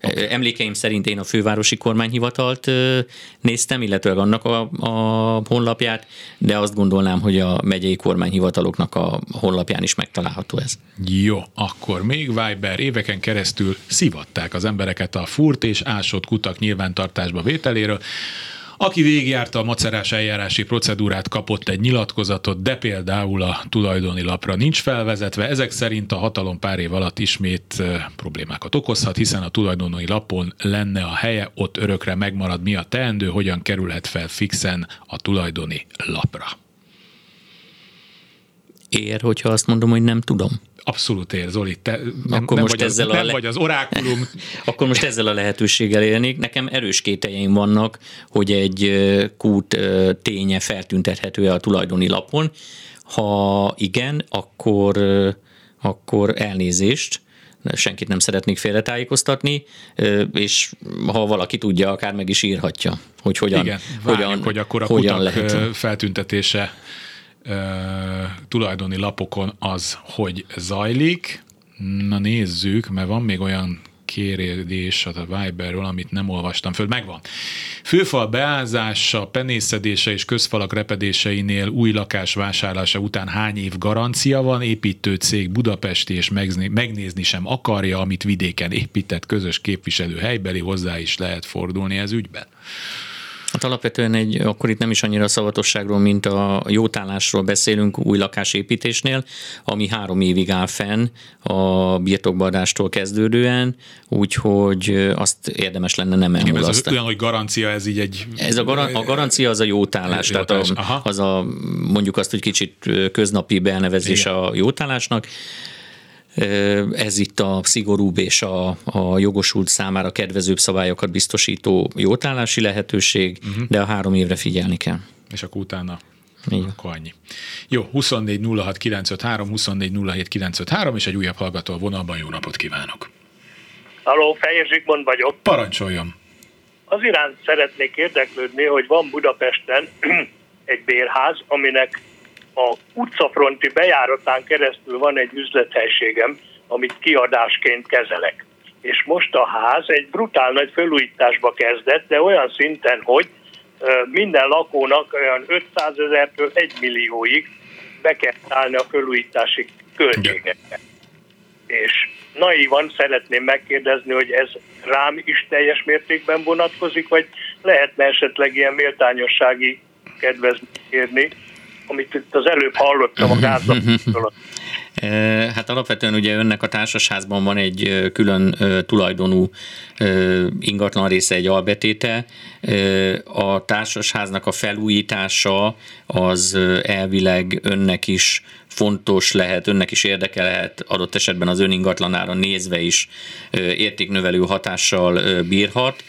C: Emlékeim szerint én a fővárosi kormányhivatalt néztem, illetve annak a honlapját, de azt gondolnám, hogy a megyei kormányhivataloknak a honlapján is megtalálható ez.
B: Jó, akkor még Viber éveken keresztül szivatták az embereket a furt és ásott kutak nyilvántartásba vételéről. Aki végigjárta a macerás eljárási procedúrát, kapott egy nyilatkozatot, de például a tulajdoni lapra nincs felvezetve. Ezek szerint a hatalom pár év alatt ismét problémákat okozhat, hiszen a tulajdoni lapon lenne a helye, ott örökre megmarad. Mi a teendő, hogyan kerülhet fel fixen a tulajdoni lapra?
C: Ér, hogyha azt mondom, hogy nem tudom.
B: Abszolút ér, Zoli. Te
C: nem
B: vagy az orákulum.
C: Akkor most ezzel a lehetőséggel élnék. Nekem erős kételjeim vannak, hogy egy kút ténye feltüntethető-e a tulajdoni lapon. Ha igen, akkor elnézést. Senkit nem szeretnék félretájékoztatni, és ha valaki tudja, akár meg is írhatja, hogy hogyan,
B: igen, várjuk, hogy akkor a kutak lehet feltüntetése tulajdoni lapokon az, hogy zajlik. Na nézzük, mert van még olyan kérdés a Viberről, amit nem olvastam föl. Megvan. Főfal beázása, penészedése és közfalak repedéseinél új lakás vásárlása után hány év garancia van? Építőcég budapesti és megnézni sem akarja, amit vidéken épített közös képviselő helybeli, hozzá is lehet fordulni ez ügyben.
C: Hát alapvetően akkor itt nem is annyira a szavatosságról, mint a jótállásról beszélünk új lakásépítésnél, ami 3 évig áll fenn a birtokbeadástól kezdődően, úgyhogy azt érdemes lenne nem elmulasztani.
B: Ez olyan, hogy garancia, ez így egy...
C: A garancia az a jótállás, tehát mondjuk azt, hogy kicsit köznapi benevezés a jótállásnak. Ez itt a szigorúbb és a jogosult számára kedvezőbb szabályokat biztosító jótállási lehetőség, de a 3 évre figyelni kell.
B: És akkor utána akkor annyi. Jó, 24 06 953, 24 07 953, és egy újabb hallgató a vonalban. Jó napot kívánok!
I: Halló, Fehér Zsigmond vagyok.
B: Parancsoljon!
I: Az iránt szeretnék érdeklődni, hogy van Budapesten egy bérház, aminek a utcafronti bejáratán keresztül van egy üzlethelységem, amit kiadásként kezelek. És most a ház egy brutál nagy felújításba kezdett, de olyan szinten, hogy minden lakónak olyan 500 000-től 1 millióig be kell állni a felújítási költségeknek. És naívan szeretném megkérdezni, hogy ez rám is teljes mértékben vonatkozik, vagy lehetne esetleg ilyen méltányossági kedvezményt kérni, amit itt az előbb hallottam a gázlatról.
C: Hát alapvetően ugye önnek a társasházban van egy külön tulajdonú ingatlan része, egy albetéte. A társasháznak a felújítása az elvileg önnek is fontos lehet, önnek is érdeke lehet, adott esetben az ön ingatlanára nézve is értéknövelő hatással bírhat,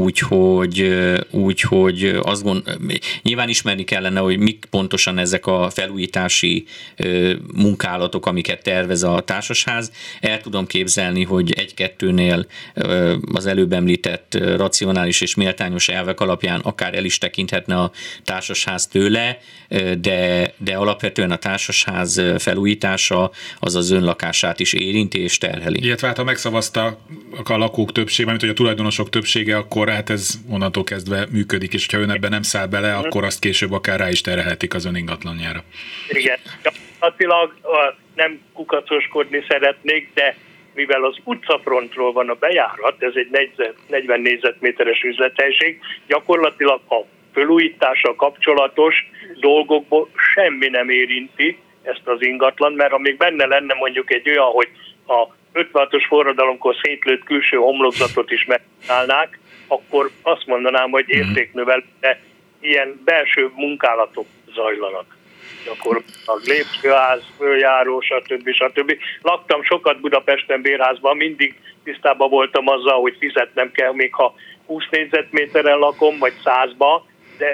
C: úgyhogy azt nyilván ismerni kellene, hogy mik pontosan ezek a felújítási munkálatok, amiket tervez a társasház. El tudom képzelni, hogy 1-2-nél az előbb említett racionális és méltányos elvek alapján akár el is tekinthetne a társasház tőle, de alapvetően a társasház felújítása az az ön lakását is érinti és terheli.
B: Illetve hát ha megszavazta a lakók többsége, mint hogy a tulajdonosok többsége, akkor hát ez onnantól kezdve működik, és ha ön ebben nem száll bele, akkor azt később akár rá is terhelhetik az ön ingatlanjára.
I: Igen, gyakorlatilag nem kukacoskodni szeretnék, de mivel az utcafrontról van a bejárat, ez egy 40 négyzetméteres üzlethelység, gyakorlatilag a felújítással kapcsolatos dolgokból semmi nem érinti ezt az ingatlan, mert ha még benne lenne mondjuk egy olyan, hogy a 56-os forradalomkor szétlőtt külső homlokzatot is megcsinálnák, akkor azt mondanám, hogy értéknövelő, de ilyen belső munkálatok zajlanak. Gyakorlatilag lépcsőház, följáró, stb. Laktam sokat Budapesten bérházban, mindig tisztában voltam azzal, hogy fizetnem kell, még ha 20 négyzetméteren lakom, vagy 100-ba, de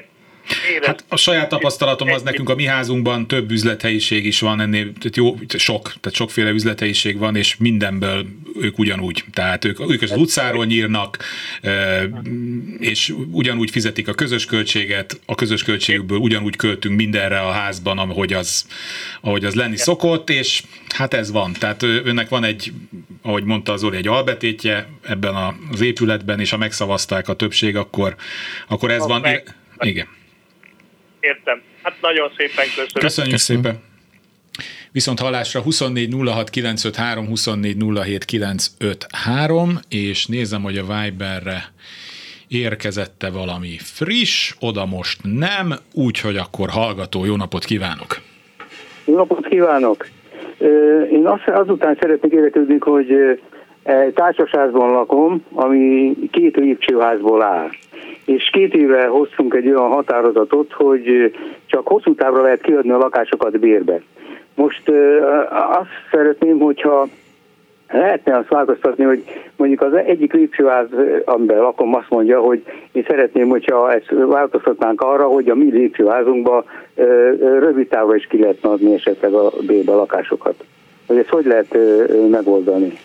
B: Hát a saját tapasztalatom az, nekünk a mi házunkban több üzlethelyiség is van, ennél tehát sokféle üzlethelyiség van, és mindenből ők ugyanúgy. Tehát ők az utcáról nyírnak, és ugyanúgy fizetik a közös költséget, a közös költségükből ugyanúgy költünk mindenre a házban, ahogy az lenni szokott, és hát ez van. Tehát önnek van egy, ahogy mondta az Zoli, egy albetétje ebben az épületben, és ha megszavazták a többség, akkor ez van. Igen.
I: Értem. Hát nagyon szépen köszönöm.
B: Köszönjük szépen. Viszont hallásra 24 06 953, 24 07 953, és nézem, hogy a Viberre érkezette valami friss, oda most nem, úgyhogy akkor hallgató, jó napot kívánok!
J: Jó napot kívánok! Én azután szeretnék érdeklődni, hogy társasházban lakom, ami 2 lépcsőházból áll. És 2 éve hoztunk egy olyan határozatot, hogy csak hosszú távra lehet kiadni a lakásokat bérbe. Most azt szeretném, hogyha lehetne azt változtatni, hogy mondjuk az egyik lépcsőház, amiben lakom, azt mondja, hogy én szeretném, hogyha ezt változtatnánk arra, hogy a mi lépcsőházunkba rövid távra is ki lehetne adni esetleg a bérbe lakásokat. Hogy ezt hogy lehet megoldani?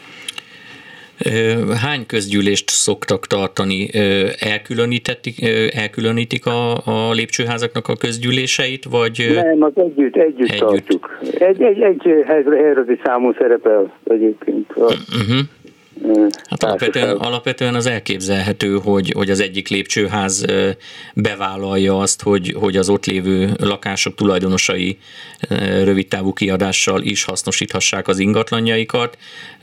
C: Hány közgyűlést szoktak tartani? Elkülönítik a lépcsőházaknak a közgyűléseit, vagy?
J: Nem, az együtt tartjuk. Egy helyrözi számú szerepel egyébként.
C: Hát alapvetően az elképzelhető, hogy az egyik lépcsőház bevállalja azt, hogy az ott lévő lakások tulajdonosai rövidtávú kiadással is hasznosíthassák az ingatlanjaikat.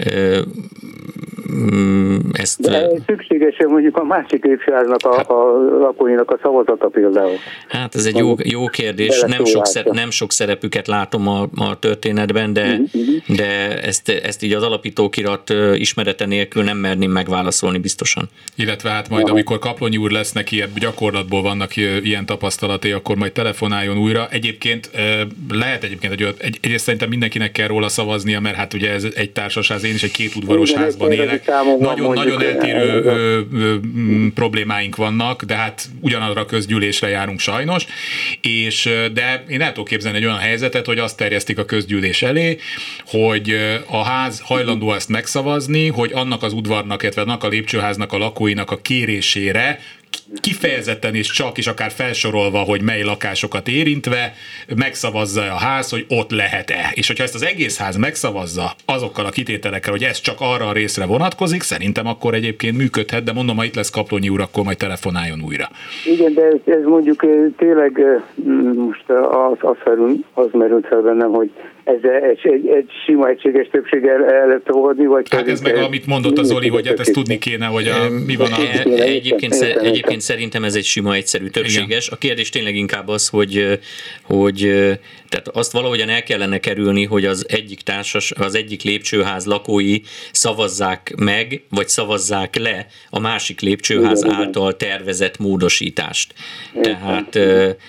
J: De szükséges-e mondjuk a másik lépcsőháznak a lakóinak a szavazata például?
C: Hát ez egy jó kérdés. Nem sok szerepüket látom a történetben, de ezt így az alapítókirat ismerete nélkül nem merném megválaszolni biztosan.
B: Illetve hát majd, amikor Kaplonyi úr lesznek ilyen gyakorlatból vannak ilyen tapasztalatai, akkor majd telefonáljon újra. Egyébként lehet egyrészt szerintem mindenkinek kell róla szavaznia, mert hát ugye ez egy társasház, én is egy 2 udvaros házban élek. Nagyon eltérő problémáink vannak, de hát ugyanarra a közgyűlésre járunk sajnos, de én el tudok képzelni egy olyan helyzetet, hogy azt terjesztik a közgyűlés elé, hogy a ház hajlandó ezt megszavazni, hogy annak az udvarnak, illetve annak a lépcsőháznak a lakóinak a kérésére kifejezetten és csak is akár felsorolva, hogy mely lakásokat érintve, megszavazza a ház, hogy ott lehet-e. És hogyha ezt az egész ház megszavazza azokkal a kitételekkel, hogy ez csak arra a részre vonatkozik, szerintem akkor egyébként működhet, de mondom, ha itt lesz Kaplonyi úr, akkor majd telefonáljon újra.
J: Igen, de ez mondjuk tényleg most az merült fel bennem, hogy ez egy sima egységes többséggel el lehet fogadni, vagy...
B: Hát ez meg, amit mondott az Zoli, hogy hát ezt tudni kéne, hogy mi van a...
C: Egyébként szerintem ez egy sima, egyszerű többséges. Igen. A kérdés tényleg inkább az, hogy tehát azt valahogyan el kellene kerülni, hogy az egyik lépcsőház lakói szavazzák meg, vagy szavazzák le a másik lépcsőház által tervezett módosítást. Tehát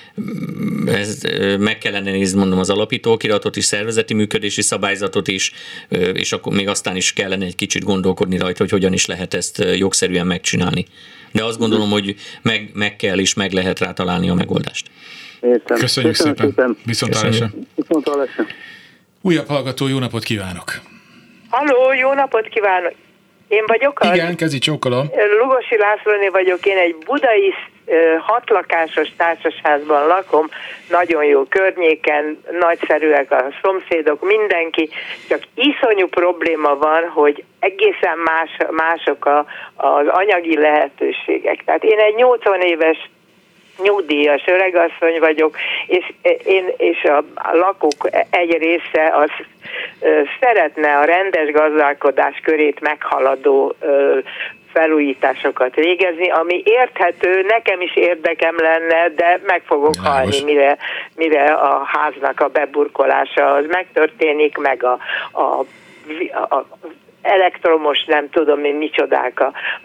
C: meg kellene nézni, mondom, az alapítókiratot is, szervezeti működési szabályzatot is, és akkor még aztán is kellene egy kicsit gondolkodni rajta, hogy hogyan is lehet ezt jogszerűen megcsinálni. De azt gondolom, hogy meg kell és meg lehet rá találni a megoldást.
J: Értem.
B: Köszönjük szépen. Viszontlátásra.
J: Viszontlátásra.
B: Újabb hallgató, jó napot kívánok!
K: Halló, jó napot kívánok! Én vagyok az?
B: Igen, kezi csókolom.
K: Lugosi Lászlóné vagyok, én egy budai 6 lakásos társasházban lakom, nagyon jó környéken, nagyszerűek a szomszédok, mindenki, csak iszonyú probléma van, hogy egészen mások az anyagi lehetőségek. Tehát én egy 80 éves nyugdíjas öregasszony vagyok, és a lakók egy része az szeretne a rendes gazdálkodás körét meghaladó felújításokat végezni, ami érthető, nekem is érdekem lenne, de meg fogok halni, mire a háznak a beburkolása az megtörténik, meg a elektromos, nem tudom én micsodák,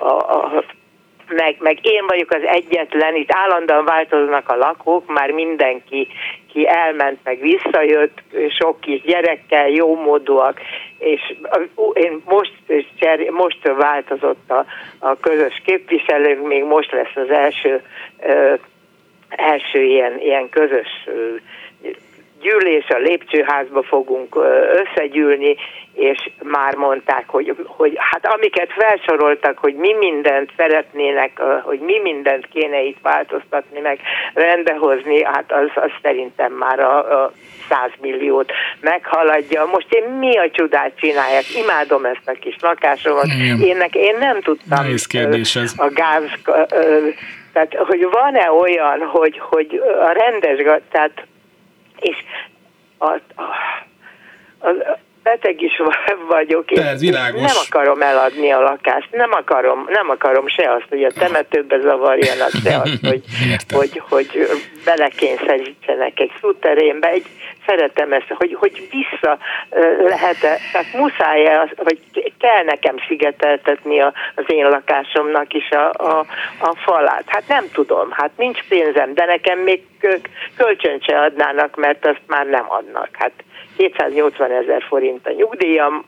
K: meg én vagyok az egyetlen, itt állandóan változnak a lakók, már mindenki elment, meg visszajött, sok kis gyerekkel, jómódúak, és én most változott a közös képviselőnk, még most lesz az első első ilyen közös gyűlés, a lépcsőházba fogunk összegyűlni, és már mondták, hogy hát amiket felsoroltak, hogy mi mindent szeretnének, hogy mi mindent kéne itt változtatni, meg rendbehozni, hát az szerintem már a 100 milliót meghaladja. Most én mi a csodát csinálják? Imádom ezt a kis lakásomat. Én nem tudtam a gáz... Tehát, hogy van-e olyan, hogy a rendes, tehát és a beteg is vagyok, és nem akarom eladni a lakást, nem akarom se azt, hogy a temetőbe zavarjanak, se azt, hogy belekényszerítsenek egy szuterénbe, szeretem ezt, hogy vissza lehet-e, tehát muszáj-e, vagy kell nekem szigeteltetni az én lakásomnak is a falát. Hát nem tudom, hát nincs pénzem, de nekem még kölcsönt se adnának, mert azt már nem adnak. Hát 280 000 forint a nyugdíjam,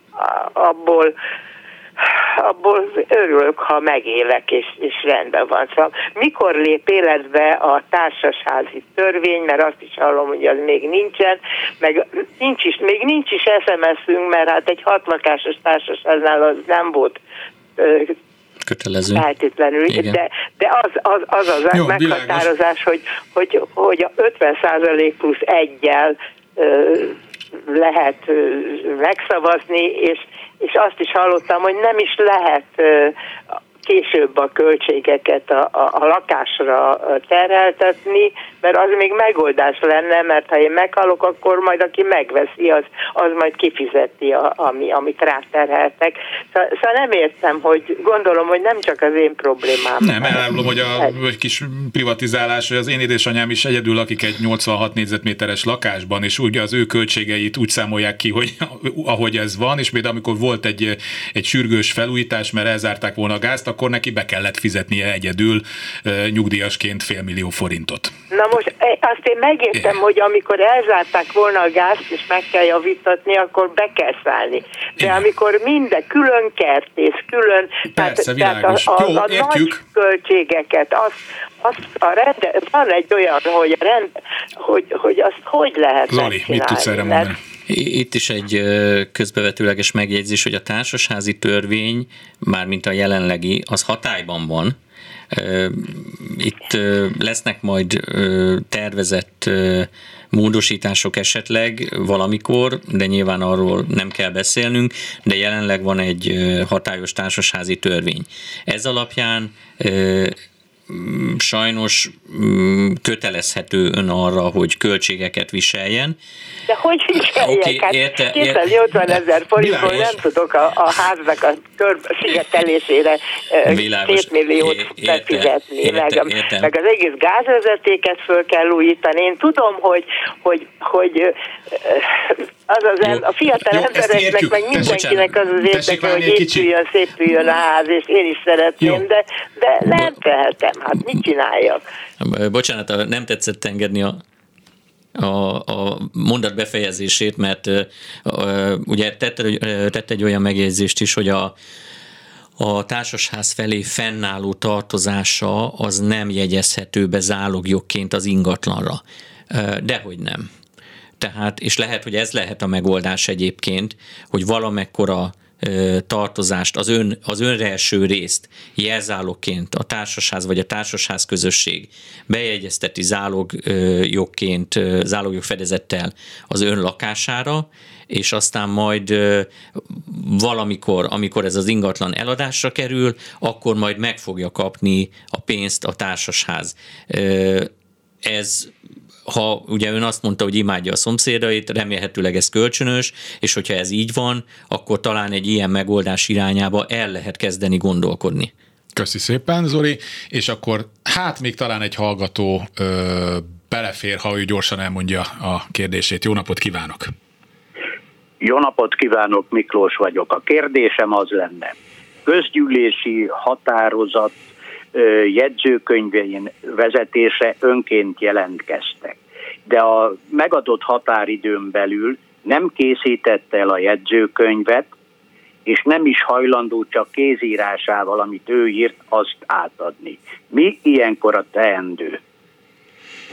K: abból örülök, ha megélek, és rendben van. Szóval mikor lép életbe a társasházi törvény, mert azt is hallom, hogy az még nincsen, meg még nincs is SMS-ünk, mert hát egy 6 lakásos társasháznál az nem volt
C: kötelező.
K: Feltétlenül, de az jó, meghatározás, hogy a 50% plusz 1-jel lehet megszavazni, és azt is hallottam, hogy nem is lehet később a költségeket a lakásra terheltetni, mert az még megoldás lenne, mert ha én meghalok, akkor majd aki megveszi, az majd kifizeti, amit ráterheltek. Szóval nem értem, hogy gondolom, hogy nem csak az én problémám.
B: Nem, elárulom, hogy egy kis privatizálás, hogy az én édesanyám is egyedül lakik egy 86 négyzetméteres lakásban, és úgy az ő költségeit úgy számolják ki, hogy ahogy ez van, és például amikor volt egy sürgős felújítás, mert elzárták volna a gázt, akkor neki be kellett fizetnie egyedül nyugdíjasként 500 000 forintot.
K: Na most azt én megértem, hogy amikor elzárták volna a gázt, és meg kell javítatni, akkor be kell szállni. De amikor minden külön kertész, külön...
B: Persze, világos.
K: Tehát a nagy költségeket, van egy olyan, hogy azt hogy lehet
B: Zoli, megcsinálni? Mit tudsz erre mondani?
C: Itt is egy közbevetőleges megjegyzés, hogy a társasházi törvény, mármint a jelenlegi, az hatályban van. Itt lesznek majd tervezett módosítások esetleg valamikor, de nyilván arról nem kell beszélnünk, de jelenleg van egy hatályos társasházi törvény. Ez alapján sajnos kötelezhető ön arra, hogy költségeket viseljen.
K: De hogy viseljek? Hát 280 000 forintból nem tudok a háznak a szigetelésére 2 milliót befizetni, meg az egész gázvezetéket föl kell újítani. Én tudom, hogy a fiatal embereknek, meg mindenkinek az érdeke, hogy szépüljön a ház, és én is szeretném, de nem tehetem. Hát mit csináljak?
C: Bocsánat, nem tetszett engedni a mondat befejezését, mert ugye tett egy olyan megjegyzést is, hogy a társasház felé fennálló tartozása az nem jegyezhető be zálogjogként az ingatlanra. Dehogy nem. Tehát, és lehet, hogy ez lehet a megoldás egyébként, hogy valamekkora tartozást, az önre eső részt jelzálogként a társasház vagy a társasház közösség bejegyezteti zálogjogként, zálogjogfedezettel az ön lakására, és aztán majd valamikor, amikor ez az ingatlan eladásra kerül, akkor majd meg fogja kapni a pénzt a társasház. Ez, ha ugye ön azt mondta, hogy imádja a szomszédait, remélhetőleg ez kölcsönös, és hogyha ez így van, akkor talán egy ilyen megoldás irányába el lehet kezdeni gondolkodni.
B: Köszi szépen, Zoli, és akkor még talán egy hallgató belefér, ha ő gyorsan elmondja a kérdését. Jó napot kívánok!
L: Jó napot kívánok, Miklós vagyok. A kérdésem az lenne, közgyűlési határozat jegyzőkönyvein vezetése önként jelentkeztek, de a megadott határidőn belül nem készítette el a jegyzőkönyvet, és nem is hajlandó csak kézírásával, amit ő írt, azt átadni. Mi ilyenkor a teendő?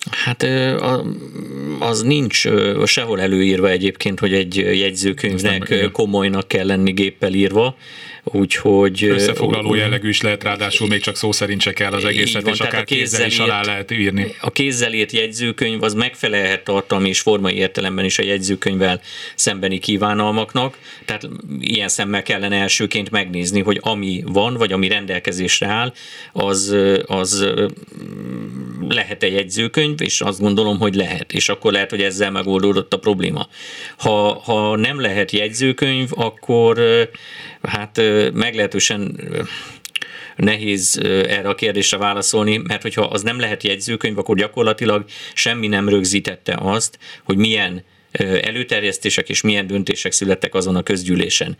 C: Hát az nincs sehol előírva egyébként, hogy egy jegyzőkönyvnek komolynak kell lenni géppel írva, úgyhogy...
B: Összefoglaló jellegű is lehet, ráadásul még csak szó szerint se kell az egészet, van, és akár kézzel is alá lehet írni.
C: A kézzel írt jegyzőkönyv az megfelelhet tartalmi és formai értelemben is a jegyzőkönyvvel szembeni kívánalmaknak, tehát ilyen szemmel kellene elsőként megnézni, hogy ami van, vagy ami rendelkezésre áll, az lehet-e jegyzőkönyv, és azt gondolom, hogy lehet, és akkor lehet, hogy ezzel megoldódott a probléma. Ha nem lehet jegyzőkönyv, akkor hát meglehetősen nehéz erre a kérdésre válaszolni, mert hogyha az nem lehet jegyzőkönyv, akkor gyakorlatilag semmi nem rögzítette azt, hogy milyen előterjesztések és milyen döntések születtek azon a közgyűlésen.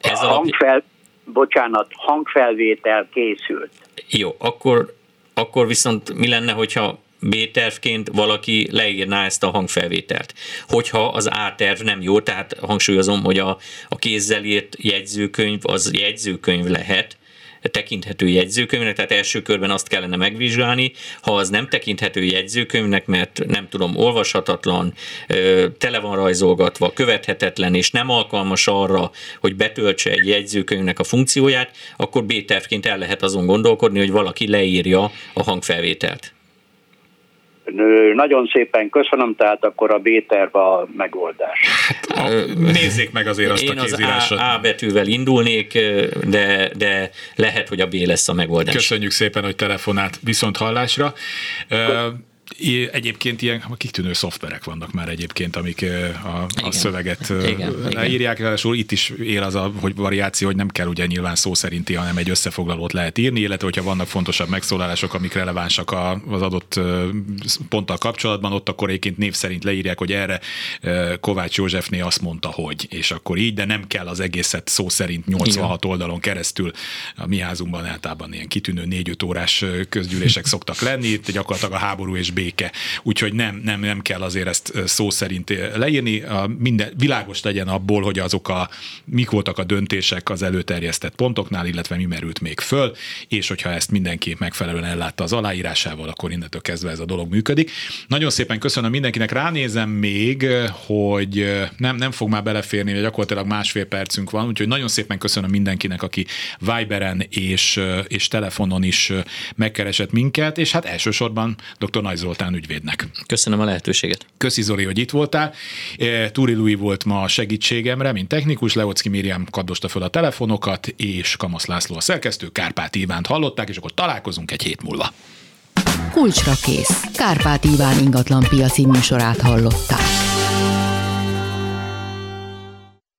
L: Hangfelvétel készült.
C: Jó, akkor viszont mi lenne, hogyha B-tervként valaki leírná ezt a hangfelvételt. Hogyha az A-terv nem jó, tehát hangsúlyozom, hogy a kézzel írt jegyzőkönyv az jegyzőkönyv lehet, tekinthető jegyzőkönyvnek, tehát első körben azt kellene megvizsgálni, ha az nem tekinthető jegyzőkönyvnek, mert nem tudom, olvashatatlan, tele van rajzolgatva, követhetetlen, és nem alkalmas arra, hogy betöltse egy jegyzőkönyvnek a funkcióját, akkor B-tervként el lehet azon gondolkodni, hogy valaki leírja a hangfelvételt.
L: Nagyon szépen köszönöm, tehát akkor a B-terv a megoldás.
B: Nézzék meg azért azt a kézírásot.
C: Én az A betűvel indulnék, de lehet, hogy a B lesz a megoldás.
B: Köszönjük szépen, hogy telefonált, viszont hallásra. Egyébként ilyen kitűnő szoftverek vannak már egyébként, amik a szöveget leírják. Ráadásul itt is él az a variáció, hogy nem kell ugye nyilván szó szerinti, hanem egy összefoglalót lehet írni, illetve hogyha vannak fontosabb megszólalások, amik relevánsak az adott ponttal kapcsolatban, ott akkor egyébként név szerint leírják, hogy erre Kovács Józsefné azt mondta, hogy, és akkor így, de nem kell az egészet szó szerint 86 oldalon keresztül. A mi házunkban általában ilyen kitűnő 4-5 órás közgyűlések szoktak lenni, itt gyakorlatilag a háború és béke. Úgyhogy nem kell azért ezt szó szerint leírni. Minden világos legyen abból, hogy mik voltak a döntések az előterjesztett pontoknál, illetve mi merült még föl, és hogyha ezt mindenki megfelelően ellátta az aláírásával, akkor innentől kezdve ez a dolog működik. Nagyon szépen köszönöm mindenkinek. Ránézem még, hogy nem fog már beleférni, hogy gyakorlatilag 1,5 percünk van, úgyhogy nagyon szépen köszönöm mindenkinek, aki Viberen és telefonon is megkeresett minket, és hát elsősorban dr. Nagy Zoltán ügyvédnek.
C: Köszönöm a lehetőséget.
B: Köszi Zoli, hogy itt voltál. Túri Lui volt ma a segítségemre, mint technikus, Leocki Miriam kaddosta föl a telefonokat, és Kamasz László a szerkesztő, Kárpát Ivánt hallották, és akkor találkozunk egy hét múlva.
A: Kulcsra kész. Kárpát Iván ingatlanpiaci műsorát hallották.